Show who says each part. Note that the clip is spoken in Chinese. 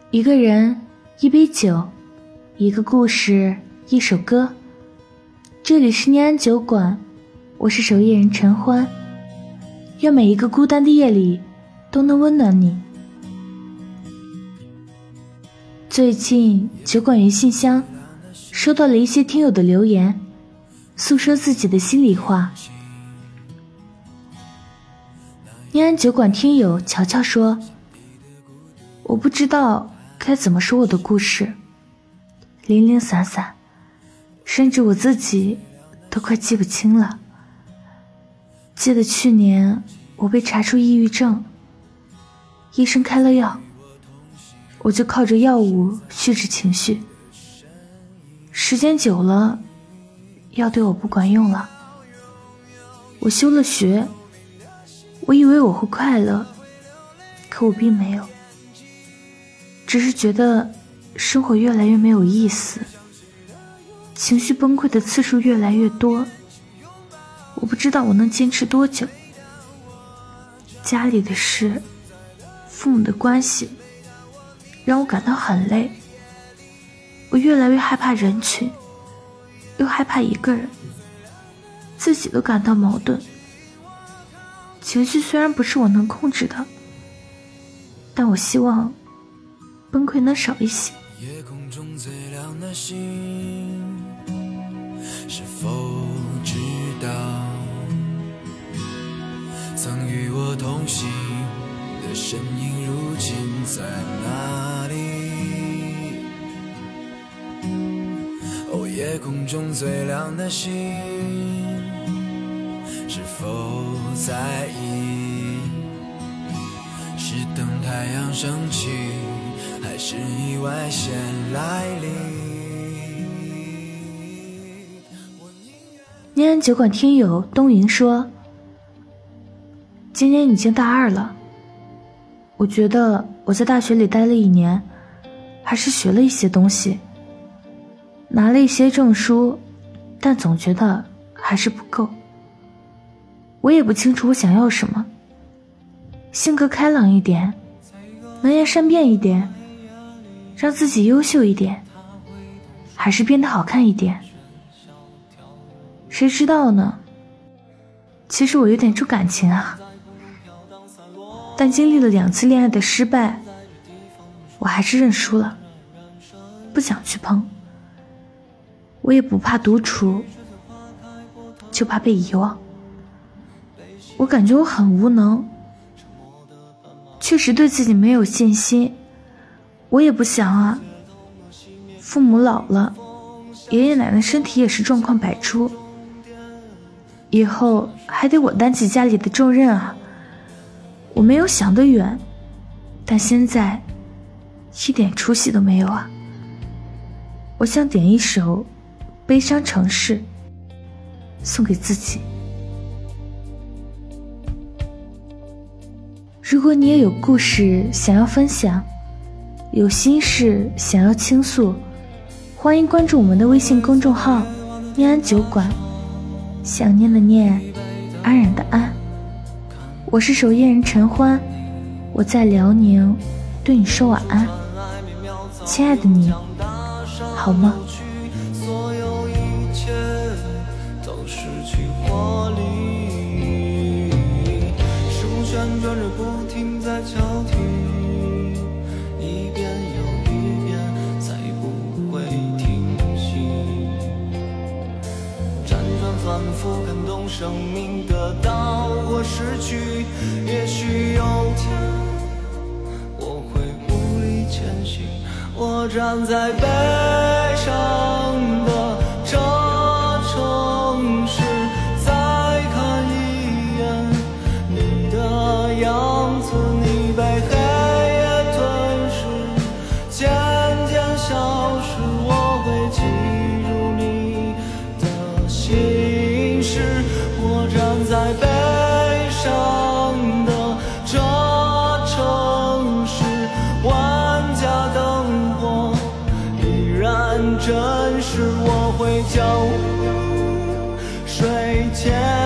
Speaker 1: 一个人，一杯酒，一个故事，一首歌。这里是念安酒馆，我是守夜人陈欢。愿每一个孤单的夜里都能温暖你。最近酒馆云信箱收到了一些听友的留言，诉说自己的心里话。念安酒馆听友乔乔说，我不知道该怎么说我的故事，零零散散，甚至我自己都快记不清了。记得去年我被查出抑郁症，医生开了药，我就靠着药物蓄制情绪。时间久了，药对我不管用了。我休了学，我以为我会快乐，可我并没有，只是觉得生活越来越没有意思，情绪崩溃的次数越来越多。我不知道我能坚持多久。家里的事，父母的关系，让我感到很累。我越来越害怕人群，又害怕一个人，自己都感到矛盾。情绪虽然不是我能控制的，但我希望崩溃能少一些。
Speaker 2: 夜空中最亮的星，是否知道曾与我同行的身影如今在哪里？哦，夜空中最亮的星，是否在意？是等太阳升起，还是意外先来临？
Speaker 1: 念安酒馆听友东云说，今年已经大二了，我觉得我在大学里待了1年，还是学了一些东西，拿了一些证书，但总觉得还是不够。我也不清楚我想要什么，性格开朗一点，能言善辩一点，让自己优秀一点，还是变得好看一点，谁知道呢？其实我有点重感情啊，但经历了2次恋爱的失败，我还是认输了，不想去碰。我也不怕独处，就怕被遗忘。我感觉我很无能，确实对自己没有信心。我也不想啊，父母老了，爷爷奶奶身体也是状况百出，以后还得我担起家里的重任啊。我没有想得远，但现在一点出息都没有啊。我想点一首《悲伤城市》送给自己。如果你也有故事想要分享，有心事想要倾诉，欢迎关注我们的微信公众号念安酒馆，想念的念，安然的安。我是守夜人陈欢，我在辽宁对你说晚安。亲爱的你，好吗？
Speaker 2: 所有一切都失去活力，时空旋转着不停在交替，一遍又一遍才不会停息，辗转反复感动生命得到或失去。也许有天我会无力前行，我站在悲伤的这城市，再看一眼你的样子，你被黑夜吞噬，渐渐消失，我会记住你的心事。我站在悲伤的这城市，万家灯火依然真实，我会将睡前